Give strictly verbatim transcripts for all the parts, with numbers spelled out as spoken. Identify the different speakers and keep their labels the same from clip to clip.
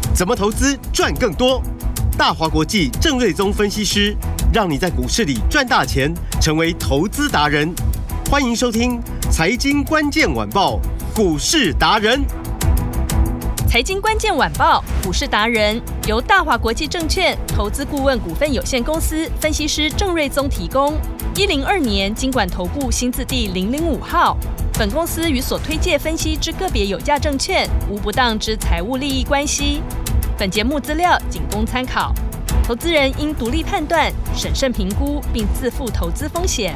Speaker 1: 怎么投资赚更多？大华国际郑瑞宗分析师，让你在股市里赚大钱，成为投资达人。欢迎收听《财经关键晚报》股市达人。
Speaker 2: 财经关键晚报股市达人由大华国际证券投资顾问股份有限公司分析师郑瑞宗提供。一零二年金管投顾新字第零零五号。本公司与所推介分析之个别有价证券无不当之财务利益关系。本节目资料仅供参考，投资人应独立判断、审慎评估，并自负投资风险。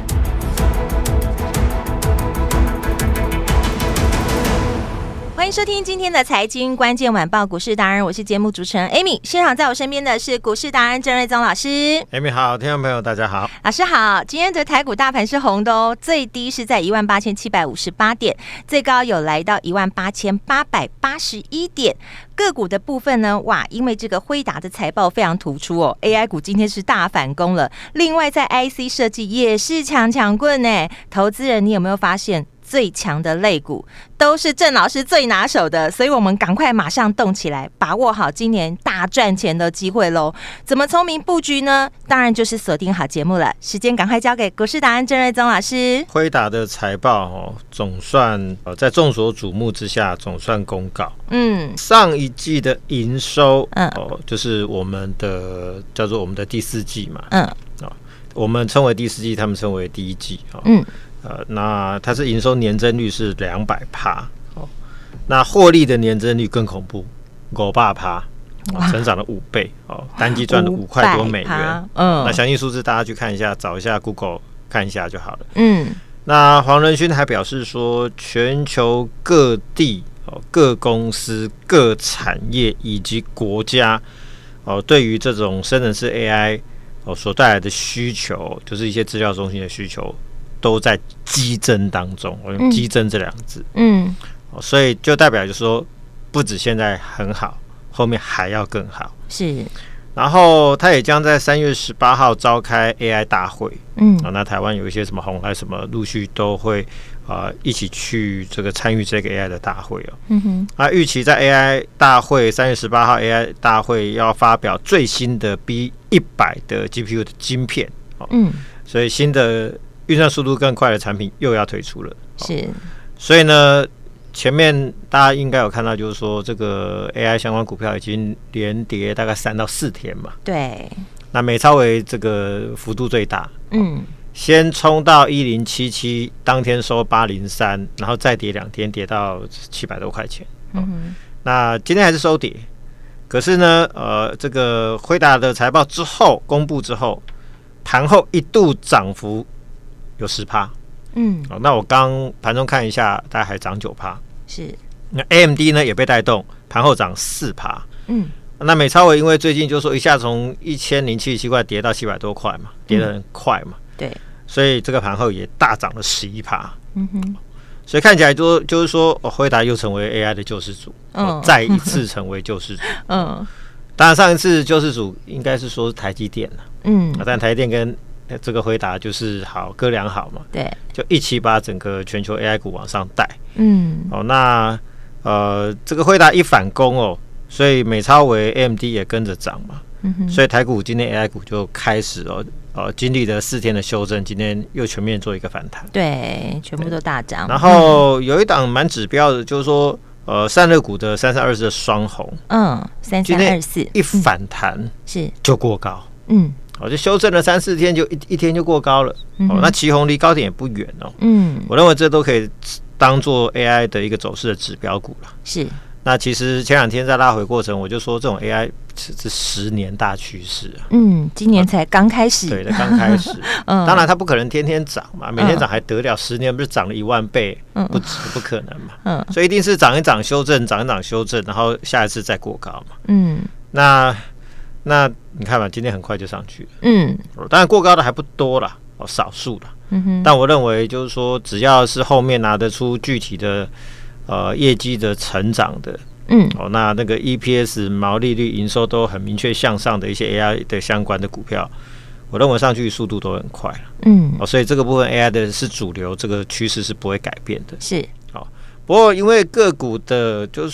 Speaker 3: 欢迎收听今天的财经关键晚报股市达人，我是节目主持人 Amy。 现场在我身边的是股市达人郑瑞宗老师。
Speaker 4: Amy 好，听众朋友大家好。
Speaker 3: 老师好。今天的台股大盘是红的哦，最低是在一万八千七百五十八点，最高有来到一万八千八百八十一点。个股的部分呢，哇，因为这个辉达的财报非常突出哦 ，A I 股今天是大反攻了。另外在 I C 设计也是强强棍呢。投资人你有没有发现最强的类股都是郑老师最拿手的，所以我们赶快马上动起来，把握好今年大赚钱的机会咯。怎么聪明布局呢？当然就是锁定好节目了。时间赶快交给股市达人郑瑞宗老师。
Speaker 4: 辉达的财报、哦、总算、呃、在众所瞩目之下总算公告。嗯，上一季的营收、嗯哦、就是我们的叫做我们的第四季嘛。嗯、哦，我们称为第四季，他们称为第一季。哦、嗯。呃，那它是营收年增率是两百趴，哦，那获利的年增率更恐怖，五百趴，成长了五倍，哦，单季赚了五块多美元，嗯，那详细数字大家去看一下，找一下 Google 看一下就好了，嗯。那黄仁勋还表示说，全球各地、哦、各公司、各产业以及国家，哦，对于这种生成式 A I、哦、所带来的需求，就是一些资料中心的需求。都在激增当中，我用激增这两个字，嗯，所以就代表就是说，不止现在很好，后面还要更好。是，然后他也将在三月十八号召开 A I 大会，嗯，那台湾有一些什么红海什么，陆续都会啊、呃、一起去这个参与这个 A I 的大会哦，嗯哼，啊，预期在 A I 大会三月十八号 A I 大会要发表最新的 B 一百的 G P U 的晶片，哦、嗯，所以新的。运算速度更快的产品又要推出了，是，所以呢，前面大家应该有看到，就是说这个 A I 相关股票已经连跌大概三到四天嘛。对。那美超微这个幅度最大，嗯，先冲到一零七七，当天收八零三，然后再跌两天，跌到七百多块钱。嗯，那今天还是收跌，可是呢，呃，这个辉达的财报之后公布之后，盘后一度涨幅。有十趴，嗯，哦，那我刚盘中看一下，大概还涨九趴，是。那 A M D 呢也被带动，盘后涨四趴，嗯。那美超微因为最近就说一下从一千零七十七块跌到七百多块嘛，跌得很快嘛，嗯、对，所以这个盘后也大涨了十一趴，嗯哼。所以看起来就就是说，哦，辉达又成为 A I 的救世主，嗯、哦，再一次成为救世主，嗯。当然上一次救世主应该是说是台积电了，嗯，但台积电跟这个辉达就是好哥俩好嘛，对，就一起把整个全球 A I 股往上带，嗯，哦，那呃这个辉达一反攻哦，所以美超微 A M D 也跟着涨嘛，嗯，所以台股今天 A I 股就开始哦，呃经历了四天的修正，今天又全面做一个反弹，对，全部都大涨。然后有一档蛮指标的，就是说呃散热股的三三二四的双红，嗯，三三二四一反弹、嗯、是就过高，嗯。哦，就修正了三四天，就 一, 一天就过高了。嗯、哦，那奇鋐离高点也不远哦。嗯，我认为这都可以当做 A I 的一个走势的指标股了。是。那其实前两天在拉回过程，我就说这种 A I 是十年大趋势啊。嗯，今年才刚开始。对的，刚开始。嗯，当然它不可能天天涨嘛，每天涨还得了？十年不是涨了一万倍？嗯，不止，不可能嘛。嗯，所以一定是涨一涨修正，涨一涨修正，然后下一次再过高嘛。嗯，那。那你看吧，今天很快就上去了。嗯，当然过高的还不多啦，哦，少数啦。嗯哼。但我认为就是说，只要是后面拿得出具体的呃业绩的成长的，嗯，哦，那那个 E P S、毛利率、营收都很明确向上的一些 A I 的相关的股票，我认为上去速度都很快了。嗯，哦，所以这个部分 A I 的是主流，这个趋势是不会改变的。是。哦，不过因为个股的，就是说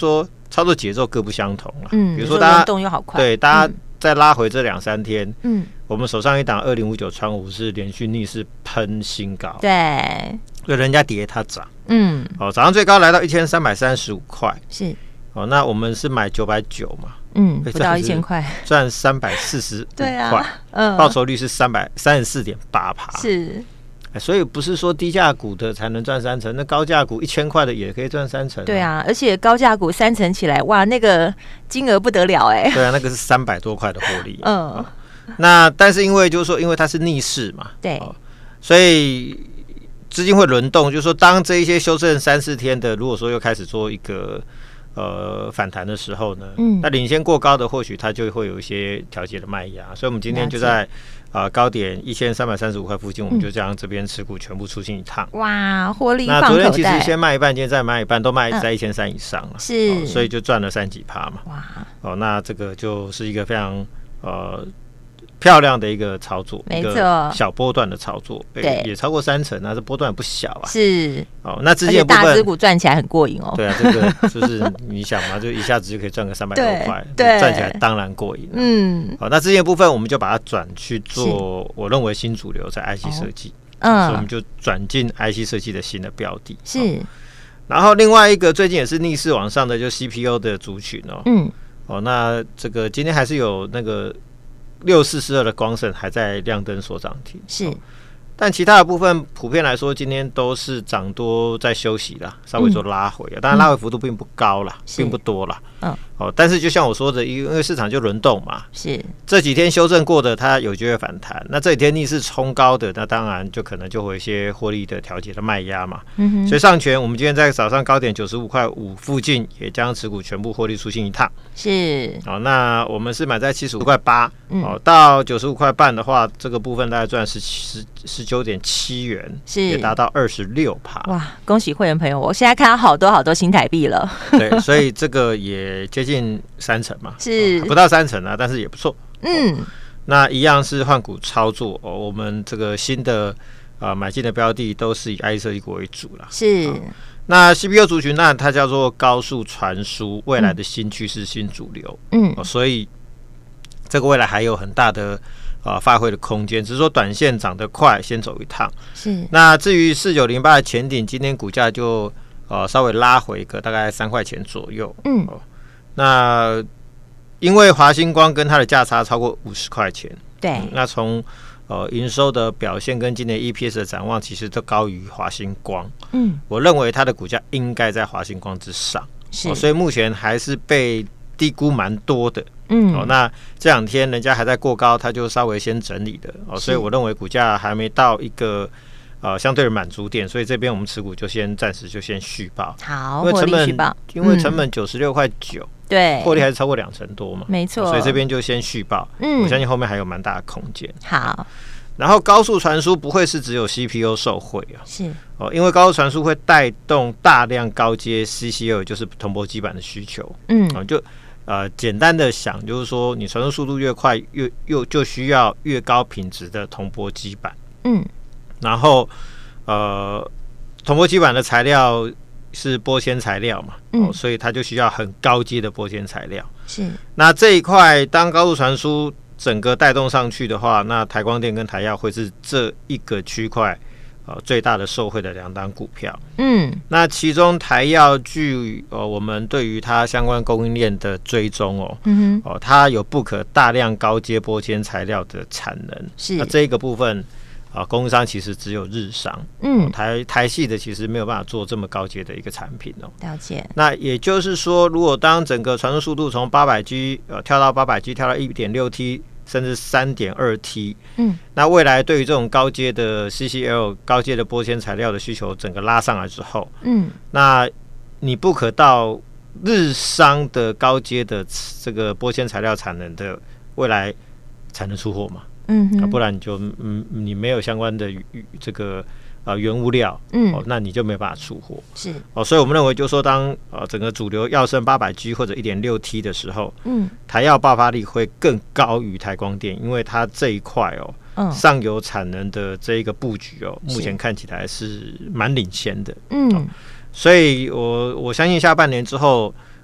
Speaker 4: 操作节奏各不相同了。
Speaker 3: 嗯，
Speaker 4: 比如说大家
Speaker 3: 动又好快，
Speaker 4: 对，大家再拉回这两三天，
Speaker 3: 嗯，
Speaker 4: 我们手上一档二零五九川股是连续逆势喷新高，
Speaker 3: 对，
Speaker 4: 所以人家跌它涨，
Speaker 3: 嗯，
Speaker 4: 哦，早上最高来到一千三百三十五块，
Speaker 3: 是，
Speaker 4: 哦，那我们是买九百九嘛，
Speaker 3: 嗯，不到一千块，
Speaker 4: 赚三百四十五块，
Speaker 3: 嗯，
Speaker 4: 报酬率是三百三十四点八趴，
Speaker 3: 是。
Speaker 4: 所以不是说低价股的才能赚三成，那高价股一千块的也可以赚三成、啊。
Speaker 3: 对啊，而且高价股三成起来，哇，那个金额不得了哎、欸。
Speaker 4: 对啊，那个是三百多块的获利、啊。
Speaker 3: 嗯、
Speaker 4: 哦，那但是因为就是说，因为它是逆势嘛，
Speaker 3: 对、
Speaker 4: 哦，所以资金会轮动。就是说，当这一些修正三四天的，如果说又开始做一个呃反弹的时候呢，嗯，那领先过高的，或许它就会有一些调节的卖压。所以我们今天就在。啊、呃，高点一千三百三十五块附近，我们就这样这边持股全部出清一趟。
Speaker 3: 哇，获利放口袋。
Speaker 4: 那昨天其实先卖一半，今天再卖一半，都卖在一千三以上了、嗯，
Speaker 3: 是、
Speaker 4: 哦，所以就赚了三几趴嘛。
Speaker 3: 哇，
Speaker 4: 哦，那这个就是一个非常呃漂亮的一个操作，
Speaker 3: 没错，
Speaker 4: 小波段的操作，对，也超过三成啊，这波段也不小啊。
Speaker 3: 是，
Speaker 4: 哦，那之前的部分
Speaker 3: 大支股赚起来很过瘾哦。
Speaker 4: 对啊，这个就是你想嘛，就一下子就可以赚个三百多块，
Speaker 3: 对，
Speaker 4: 赚起来当然过瘾、啊。嗯，好，那之前的部分我们就把它转去做，我认为新主流在 I C 设计，嗯，所以我们就转进 I C 设计的新的标的。
Speaker 3: 是、
Speaker 4: 哦，然后另外一个最近也是逆势往上的，就 C P U 的族群哦。嗯，哦，那这个今天还是有那个。六四四二的光盛还在亮灯所涨停，
Speaker 3: 是、哦，
Speaker 4: 但其他的部分普遍来说，今天都是涨多在休息啦，稍微做拉回啊，当然拉回幅度并不高啦，嗯、并不多啦。嗯，哦，但是就像我说的，因为市场就轮动嘛，
Speaker 3: 是
Speaker 4: 这几天修正过的，它有机会反弹。那这几天逆势冲高的，那当然就可能就会有一些获利的调节的卖压嘛。嗯哼，所以上权我们今天在早上高点九十五块五附近，也将持股全部获利出清一趟。
Speaker 3: 是，
Speaker 4: 哦，那我们是买在七十五块八，哦，到九十五块半的话，这个部分大概赚十十十九点七元，是也达到二十六趴。
Speaker 3: 哇，恭喜会员朋友！我现在看到好多好多新台币了。
Speaker 4: 对，所以这个也接近三成嘛，
Speaker 3: 是、
Speaker 4: 哦、不到三成啊，但是也不错。
Speaker 3: 嗯，
Speaker 4: 哦、那一样是换股操作哦。我们这个新的呃买进的标的都是以 I C 设计股为主啦。
Speaker 3: 是。
Speaker 4: 哦，那 C P U 族群，那它叫做高速传输，未来的新趋势、新主流。嗯、哦，所以这个未来还有很大的啊、呃、发挥的空间，只是说短线涨得快，先走一趟。
Speaker 3: 是。那
Speaker 4: 至于四九零八的前顶，今天股价就呃稍微拉回个大概三块钱左右。嗯。哦，那因为华星光跟它的价差超过五十块钱。
Speaker 3: 对。
Speaker 4: 嗯、那从呃，营收的表现跟今年 E P S 的展望，其实都高于华星光。嗯，我认为它的股价应该在华星光之上，是、哦，所以目前还是被低估蛮多的。嗯，哦，那这两天人家还在过高，它就稍微先整理的。哦，所以我认为股价还没到一个呃相对的满足点，所以这边我们持股就先暂时就先续报。
Speaker 3: 好，
Speaker 4: 因为成本
Speaker 3: 续报，
Speaker 4: 因为成本九十六块九。
Speaker 3: 对，
Speaker 4: 获利还是超过两成多嘛，
Speaker 3: 没错，
Speaker 4: 所以这边就先续报，嗯，我相信后面还有蛮大的空间。
Speaker 3: 好，
Speaker 4: 然后高速传输不会是只有 C P U 受惠啊，
Speaker 3: 是
Speaker 4: 哦，因为高速传输会带动大量高阶 C C L， 就是铜箔基板的需求，嗯，哦、就呃简单的想，就是说你传输速度越快，越又就需要越高品质的铜箔基板，嗯，然后呃铜箔基板的材料是玻纤材料嘛，嗯、哦，所以它就需要很高阶的玻纤材料。
Speaker 3: 是，
Speaker 4: 那这一块当高速传输整个带动上去的话，那台光电跟台耀会是这一个区块呃最大的受惠的两档股票。嗯，那其中台耀据呃我们对于它相关供应链的追踪哦，嗯哼，哦它有不可大量高阶玻纤材料的产能，是，那这一个部分。啊，供应商其实只有日商，嗯，台台系的其实没有办法做这么高阶的一个产品哦。
Speaker 3: 了解。
Speaker 4: 那也就是说，如果当整个传输速度从八百 G 呃跳到八百 G， 跳到 一点六 T， 甚至 三点二 T， 嗯，那未来对于这种高阶的 C C L 高阶的玻纤材料的需求整个拉上来之后，嗯，那你不可到日商的高阶的这个玻纤材料产能的未来才能出货嘛？嗯、啊，不然你就嗯你没有相关的这个呃原物料，嗯、哦，那你就没办法出货。是哦，所以我们认为，就是说当呃整个主流要升八百 G 或者 一点六 T 的时候，嗯，台耀爆发力会更高于台光电，因为它这一块哦，嗯、上游产能的这一个布局哦，目前看起来是蛮领先的。嗯、哦，所以我我相信下半年之后。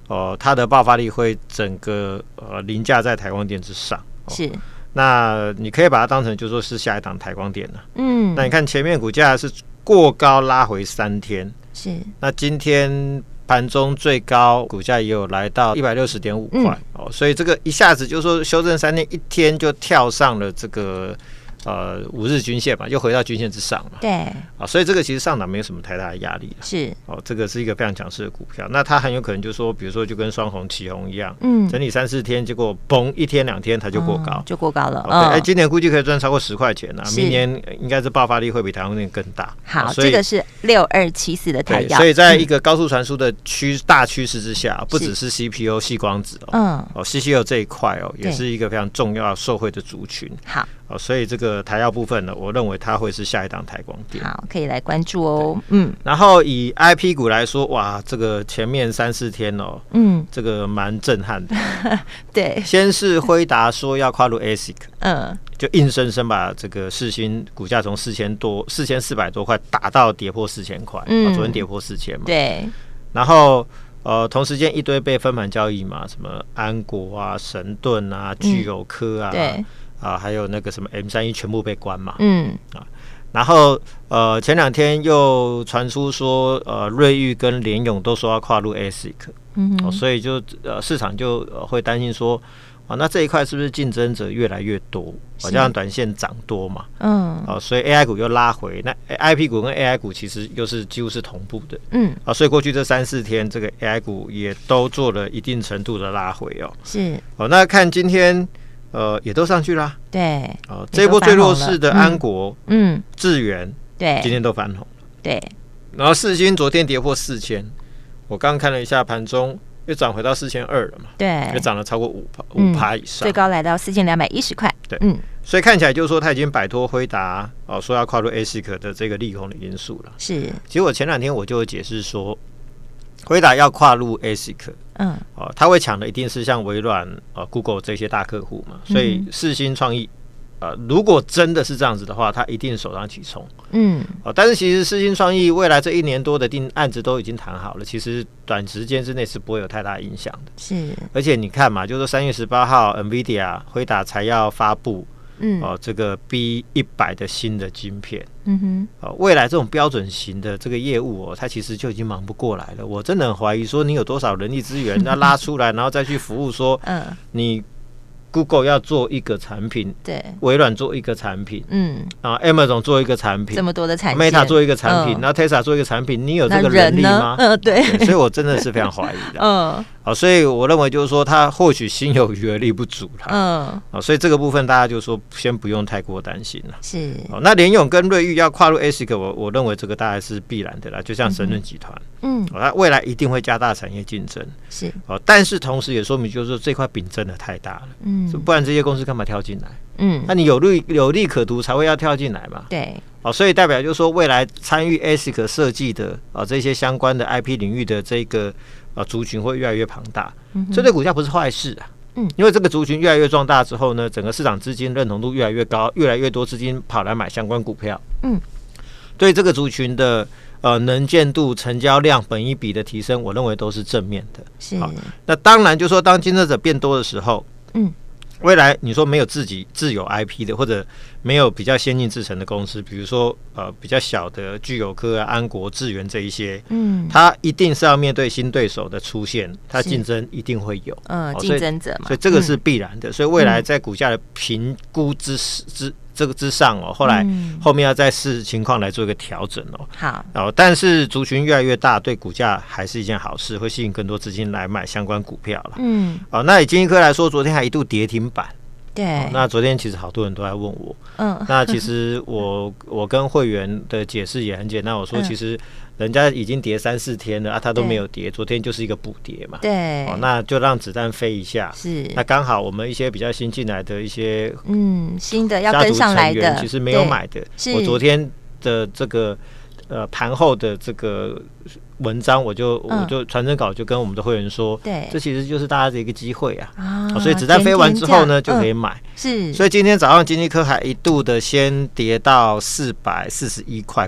Speaker 4: 哦、呃，它的爆发力会整个呃凌驾在台光电之上。哦、
Speaker 3: 是。
Speaker 4: 那你可以把它当成就说是下一档台光电了。
Speaker 3: 嗯。那
Speaker 4: 你看前面股价是过高拉回三天，
Speaker 3: 是。
Speaker 4: 那今天盘中最高股价也有来到一百六十点五块哦，所以这个一下子就说修正三天，一天就跳上了这个。呃，五日均线嘛，又回到均线之上嘛，
Speaker 3: 对，
Speaker 4: 啊，所以这个其实上档没有什么太大的压力，
Speaker 3: 是，
Speaker 4: 哦，这个是一个非常强势的股票，那它很有可能就说，比如说就跟双红、旗红一样，嗯，整理三四天，结果嘣一天两天它就过高，嗯、
Speaker 3: 就过高了，
Speaker 4: 哎、哦欸，今年估计可以赚超过十块钱啊，明年应该是爆发力会比台湾电更大。
Speaker 3: 好，这个是六二七四的台药，
Speaker 4: 所以在一个高速传输的趋大趋势之下，不只是 C P U 矽光子哦，嗯，哦 C P U 这一块哦，也是一个非常重要受惠的族群。
Speaker 3: 好。
Speaker 4: 哦，所以这个台药部分呢，我认为它会是下一档台光电，
Speaker 3: 好，可以来关注哦。嗯，
Speaker 4: 然后以 I P 股来说，哇，这个前面三四天哦，嗯，这个蛮震撼的。
Speaker 3: 对，
Speaker 4: 先是辉达说要跨入 A S I C， 嗯，就硬生生把这个世芯股价从四千多、四千四百多块打到跌破四千块，嗯、哦，昨天跌破四千嘛。
Speaker 3: 对，
Speaker 4: 然后。呃，同时间一堆被分盘交易嘛，什么安国啊、神盾啊、聚友科啊，
Speaker 3: 嗯、对
Speaker 4: 啊，还有那个什么 M 三一全部被关嘛，嗯啊，然后呃前两天又传出说，呃瑞昱跟联咏都说要跨入 A S I C， 嗯、哦，所以就呃市场就、呃、会担心说。啊，那这一块是不是竞争者越来越多？好像短线涨多嘛，嗯，啊，所以 A I 股又拉回，那 I P 股跟 A I 股其实又是几乎是同步的，嗯，啊，所以过去这三四天，这个 A I 股也都做了一定程度的拉回哦，
Speaker 3: 是，
Speaker 4: 哦，那看今天，呃，也都上去啦，
Speaker 3: 对，
Speaker 4: 哦，这一波最弱势的安国，嗯，智原，
Speaker 3: 对，
Speaker 4: 今天都翻红了，
Speaker 3: 对，
Speaker 4: 然后世芯昨天跌破四千，我刚看了一下盘中。又涨回到四千二了嘛？
Speaker 3: 对，
Speaker 4: 又涨了超过五五趴以上，
Speaker 3: 最高来到四千两百一十块。
Speaker 4: 对，嗯，所以看起来就是说，它已经摆脱辉达哦，说要跨入 A S I C 的这个利空的因素了。
Speaker 3: 是，
Speaker 4: 其实我前两天我就有解释说，辉达要跨入 A S I C， 嗯，哦，他会抢的一定是像微软、呃 Google 这些大客户嘛，所以世芯创意。呃，如果真的是这样子的话，他一定首当其冲。嗯，哦，但是其实世芯创意未来这一年多的定案子都已经谈好了，其实短时间之内是不会有太大影响的。
Speaker 3: 是，
Speaker 4: 而且你看嘛，就是三月十八号 ，NVIDIA 辉达才要发布，嗯，哦，这个 B 一百的新的晶片。嗯哼，哦，未来这种标准型的这个业务哦，它其实就已经忙不过来了。我真的很怀疑说，你有多少人力资源要拉出来，然后再去服务说，嗯，你。Google 要做一个产品，
Speaker 3: 对，
Speaker 4: 微软做一个产品，嗯，啊 ，Amazon 做一个产品，
Speaker 3: 这么多的产
Speaker 4: 品 ，Meta 做一个产品，然后 Tesla 做一个产品，你有这个人力吗？
Speaker 3: 嗯，对，
Speaker 4: 所以我真的是非常怀疑的，嗯，好，所以我认为就是说，他或许心有余而力不足啦，嗯，好，所以这个部分大家就说先不用太过担心了，
Speaker 3: 是，
Speaker 4: 好，那联咏跟瑞昱要跨入 A S I C， 我我认为这个大概是必然的啦，就像神盾集团，嗯，好，它未来一定会加大产业竞争，
Speaker 3: 是，
Speaker 4: 好，但是同时也说明就是说这块饼真的太大了，嗯，不然这些公司干嘛跳进来？嗯，那你有利有利可图才会要跳进来嘛？
Speaker 3: 对，
Speaker 4: 哦，所以代表就是说，未来参与 A S I C 设计的啊这些相关的 I P 领域的这个啊族群会越来越庞大，嗯，所以对股价不是坏事啊。嗯，因为这个族群越来越壮大之后呢，整个市场资金认同度越来越高，越来越多资金跑来买相关股票。嗯，对这个族群的呃能见度、成交量、本益比的提升，我认为都是正面的。
Speaker 3: 是，
Speaker 4: 好，那当然就是说，当竞争者变多的时候，嗯。未来你说没有自己自有 I P 的，或者没有比较先进制程的公司，比如说呃比较小的聚友科啊、安国、智原这一些，嗯，它一定是要面对新对手的出现，它竞争一定会有，
Speaker 3: 嗯，竞争者嘛，
Speaker 4: 所以这个是必然的。嗯、所以未来在股价的评估之之这个之上哦，后来、嗯、后面要再视情况来做一个调整哦。
Speaker 3: 好，
Speaker 4: 哦，但是族群越来越大，对股价还是一件好事，会吸引更多资金来买相关股票了。嗯，哦，那以金一科来说，昨天还一度跌停板。
Speaker 3: 对、哦，
Speaker 4: 那昨天其实好多人都在问我，嗯，那其实我我跟会员的解释也很简单，我说其实人家已经跌三四天了啊，他都没有跌，昨天就是一个补跌嘛，
Speaker 3: 对，
Speaker 4: 哦，那就让子弹飞一下，
Speaker 3: 是，
Speaker 4: 那刚好我们一些比较新进来的一些
Speaker 3: 嗯新的要跟上来的，
Speaker 4: 其实没有买的，我昨天的这个呃盘后的这个。文章我就我就传真稿就跟我们的会员说，
Speaker 3: 对，
Speaker 4: 这其实就是大家的一个机会啊，啊所以子弹飞完之后呢，就可以买。
Speaker 3: 是，
Speaker 4: 所以今天早上金立科还一度的先跌到四百四十一块半，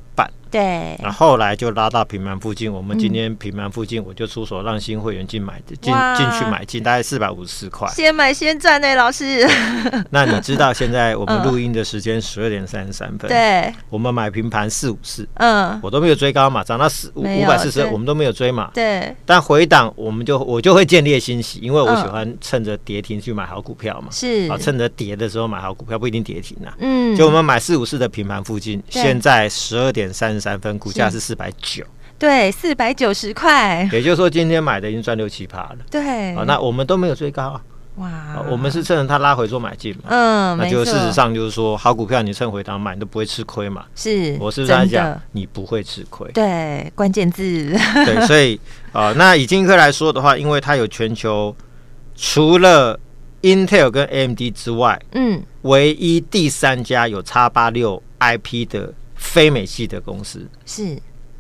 Speaker 3: 对，
Speaker 4: 那后来就拉到平盘附近，我们今天平盘附近我就出手让新会员进买进进去买进，大概四百五十四块，
Speaker 3: 先买先赚呢，老师。
Speaker 4: 那你知道现在我们录音的时间十二点三十三分，
Speaker 3: 对，
Speaker 4: 我们买平盘四五四，
Speaker 3: 嗯，
Speaker 4: 我都没有追高嘛，涨到五百四十，我们都没有追嘛，
Speaker 3: 对，但
Speaker 4: 回档我们就我就会见猎欣喜，因为我喜欢趁着跌停去买好股票嘛，
Speaker 3: 是
Speaker 4: 啊，趁着跌的时候买好股票，不一定跌停啊，嗯，就我们买四五四的平盘附近，现在十二点三十三分，股价是四百九。
Speaker 3: 对，四百九十块，
Speaker 4: 也就是说今天买的已经赚六七趴了。
Speaker 3: 对，
Speaker 4: 啊，那我们都没有追高啊。哇，我们是趁着它拉回做买进嘛。
Speaker 3: 嗯，
Speaker 4: 那就事实上就是说，好股票你趁回档买，你都不会吃亏嘛。
Speaker 3: 是，
Speaker 4: 我是不是在讲你不会吃亏？
Speaker 3: 对，关键字。
Speaker 4: 对，所以啊、呃，那以金科来说的话，因为它有全球除了 Intel 跟 A M D 之外，嗯，唯一第三家有 X 八十六 I P 的非美系的公司
Speaker 3: 是。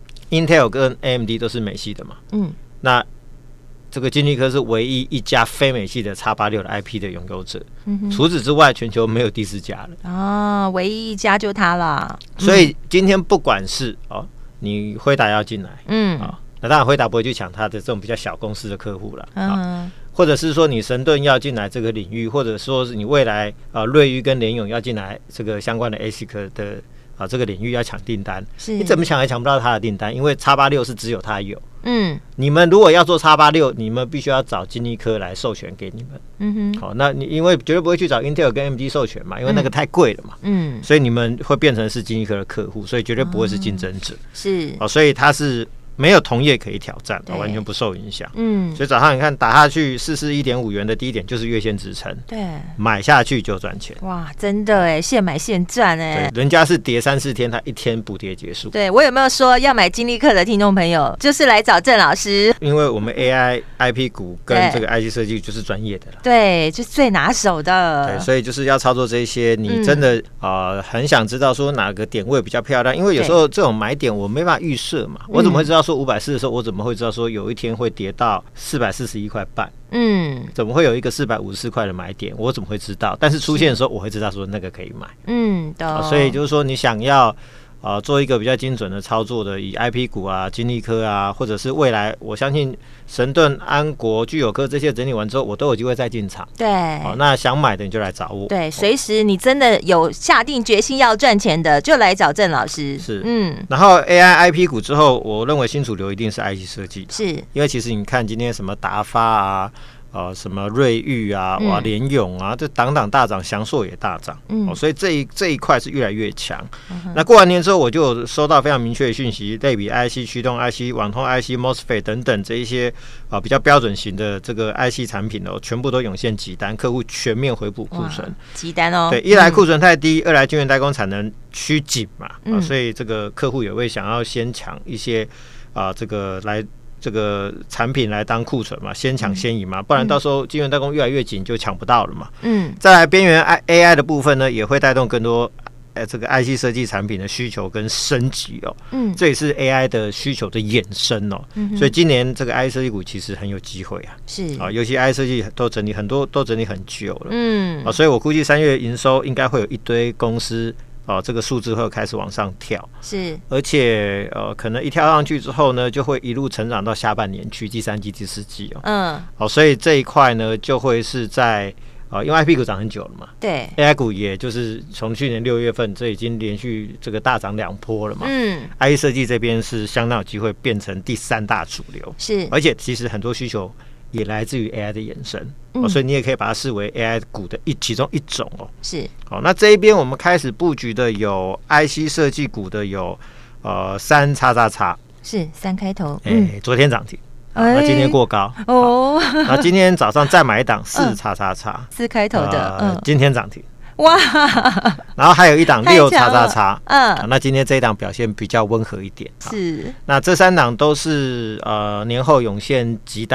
Speaker 4: Intel 跟 A M D 都是美系的嘛，嗯，那这个金立科是唯一一家非美系的 X 八十六 的 I P 的拥有者，嗯、除此之外，全球没有第四家了。
Speaker 3: 哦，唯一一家就它了。
Speaker 4: 所以今天不管是哦，你辉达要进来，嗯，啊、哦，那当然辉达不会去抢它的这种比较小公司的客户了，啊、嗯，或者是说你神盾要进来这个领域，或者说是你未来啊瑞昱跟联咏要进来这个相关的 A S I C 的。啊，这个领域要抢订单，你怎么抢也抢不到他的订单，因为 X 八十六 是只有他有。嗯，你们如果要做 X 八十六，你们必须要找金立科来授权给你们。嗯哼，好，那你因为绝对不会去找 Intel 跟 A M D 授权嘛，因为那个太贵了嘛。嗯，所以你们会变成是金立科的客户，所以绝对不会是竞争者。
Speaker 3: 是，
Speaker 4: 哦，所以他是。没有同业可以挑战，完全不受影响。嗯，所以早上你看打下去四十一点五元的低点就是月线支撑，
Speaker 3: 对，
Speaker 4: 买下去就赚钱。
Speaker 3: 哇，真的哎，现买现赚哎。
Speaker 4: 对，人家是跌三四天，他一天补跌结束。
Speaker 3: 对我有没有说要买金立科的听众朋友，就是来找郑老师，
Speaker 4: 因为我们 A I I P 股跟这个 I C 设计就是专业的了，
Speaker 3: 对，就是最拿手的。
Speaker 4: 对，所以就是要操作这些，你真的啊、嗯呃、很想知道说哪个点位比较漂亮，因为有时候这种买点我没办法预设嘛，我怎么会知道说五百四的时候我怎么会知道说有一天会跌到四百四十一块半？嗯，怎么会有一个四百五十四块的买点？我怎么会知道？但是出现的时候，我会知道说那个可以买。嗯，啊、所以就是说，你想要啊、呃、做一个比较精准的操作的，以 I P 股啊、金立科啊，或者是未来，我相信神盾、安国、聚友科这些整理完之后，我都有机会再进场。
Speaker 3: 对，
Speaker 4: 好、哦，那想买的你就来找我。
Speaker 3: 对，随时你真的有下定决心要赚钱的，就来找郑老师。
Speaker 4: 是，嗯。然后 A I I P 股之后，我认为新主流一定是 I C 设计，
Speaker 3: 是
Speaker 4: 因为其实你看今天什么达发啊。呃，什么瑞昱啊，哇，联咏啊，这档档大涨，祥硕也大涨，嗯、哦，所以这一这一块是越来越强。嗯、那过完年之后，我就有收到非常明确的讯息，类比 I C 驱动 I C、网通 I C、MOSFET 等等这一些啊、呃、比较标准型的这个 I C 产品哦，全部都涌现急单，客户全面回补库存，
Speaker 3: 急单哦。
Speaker 4: 对，一来库存太低，嗯、二来晶圆代工产能趋紧嘛，嗯、啊，所以这个客户也会想要先抢一些啊、呃、这个来。这个产品来当库存嘛，先抢先赢嘛，不然到时候晶圆代工越来越紧，就抢不到了嘛。嗯，再来边缘 A I 的部分呢，也会带动更多呃这个 I C 设计产品的需求跟升级哦。嗯，这也是 A I 的需求的衍生哦。嗯，所以今年这个 I C 设计股其实很有机会啊。
Speaker 3: 是
Speaker 4: 啊，尤其 I C 设计都整理很多，都整理很久了。嗯，啊，所以我估计三月营收应该会有一堆公司。哦，这个数字会开始往上跳，
Speaker 3: 是，而
Speaker 4: 且呃，可能一跳上去之后呢，就会一路成长到下半年去，第三季、第四季哦。嗯，好、哦，所以这一块呢，就会是在呃，因为 I P 股涨很久了嘛，
Speaker 3: 对
Speaker 4: ，A I 股也就是从去年六月份，这已经连续这个大涨两波了嘛。嗯 ，I C 设计这边是相当有机会变成第三大主流，
Speaker 3: 是，
Speaker 4: 而且其实很多需求。也来自于 A I 的延伸、嗯哦，所以你也可以把它视为 A I 股的一其中一种哦。
Speaker 3: 是，
Speaker 4: 好、哦，那这一边我们开始布局的有 I C 设计股的有呃三叉叉叉，
Speaker 3: 是三开头，
Speaker 4: 哎、欸，昨天涨停，欸、那今天过高哦，那今天早上再买一档四叉叉叉，
Speaker 3: 四开头的，
Speaker 4: 呃、嗯，今天涨停。
Speaker 3: 哇，
Speaker 4: 然后还有一档六叉叉叉，嗯、啊，那今天这一档表现比较温和一点，
Speaker 3: 是。
Speaker 4: 那这三档都是呃年后涌现急单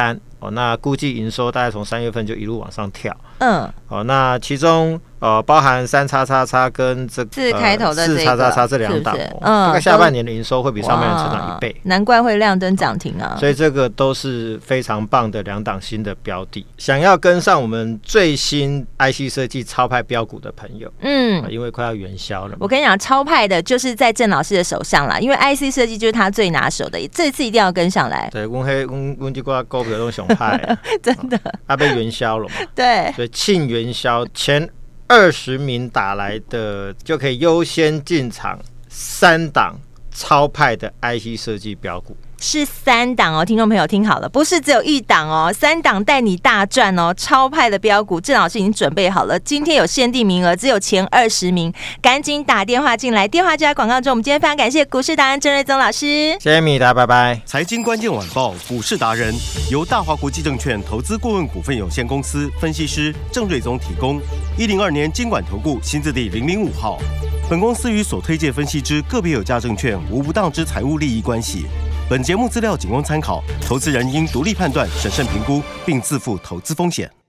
Speaker 4: 哦，那估计营收大概从三月份就一路往上跳。嗯，哦，那其中呃包含三叉叉叉跟这
Speaker 3: 四开头的
Speaker 4: 四叉叉叉这两档，嗯，大概下半年的营收会比上半年成长一倍，
Speaker 3: 难怪会亮灯涨停啊！
Speaker 4: 所以这个都是非常棒的两档新的标的。想要跟上我们最新 I C 设计超派标股的朋友，嗯，因为快要元宵了，
Speaker 3: 我跟你讲，超派的就是在郑老师的手上啦，因为 I C 设计就是他最拿手的，这次一定要跟上来。
Speaker 4: 对，我黑我我这挂股票都熊派，
Speaker 3: 真的，
Speaker 4: 啊，被元宵了嘛？
Speaker 3: 对，
Speaker 4: 所以庆元宵前二十名打来的就可以优先进场三档超派的 I C 设计标股。
Speaker 3: 是三档哦，听众朋友听好了，不是只有一档哦，三档带你大赚哦，超派的标股，郑老师已经准备好了，今天有限定名额，只有前二十名，赶紧打电话进来，电话就在广告中。我们今天非常感谢股市达人郑瑞宗老师，
Speaker 4: 谢谢米达，拜拜。
Speaker 1: 财经关键晚报股市达人由大华国际证券投资顾问股份有限公司分析师郑瑞宗提供，一零二年金管投顾新字第零零五号。本公司与所推介分析之个别有价证券无不当之财务利益关系。本节目资料仅供参考，投资人应独立判断、审慎评估，并自负投资风险。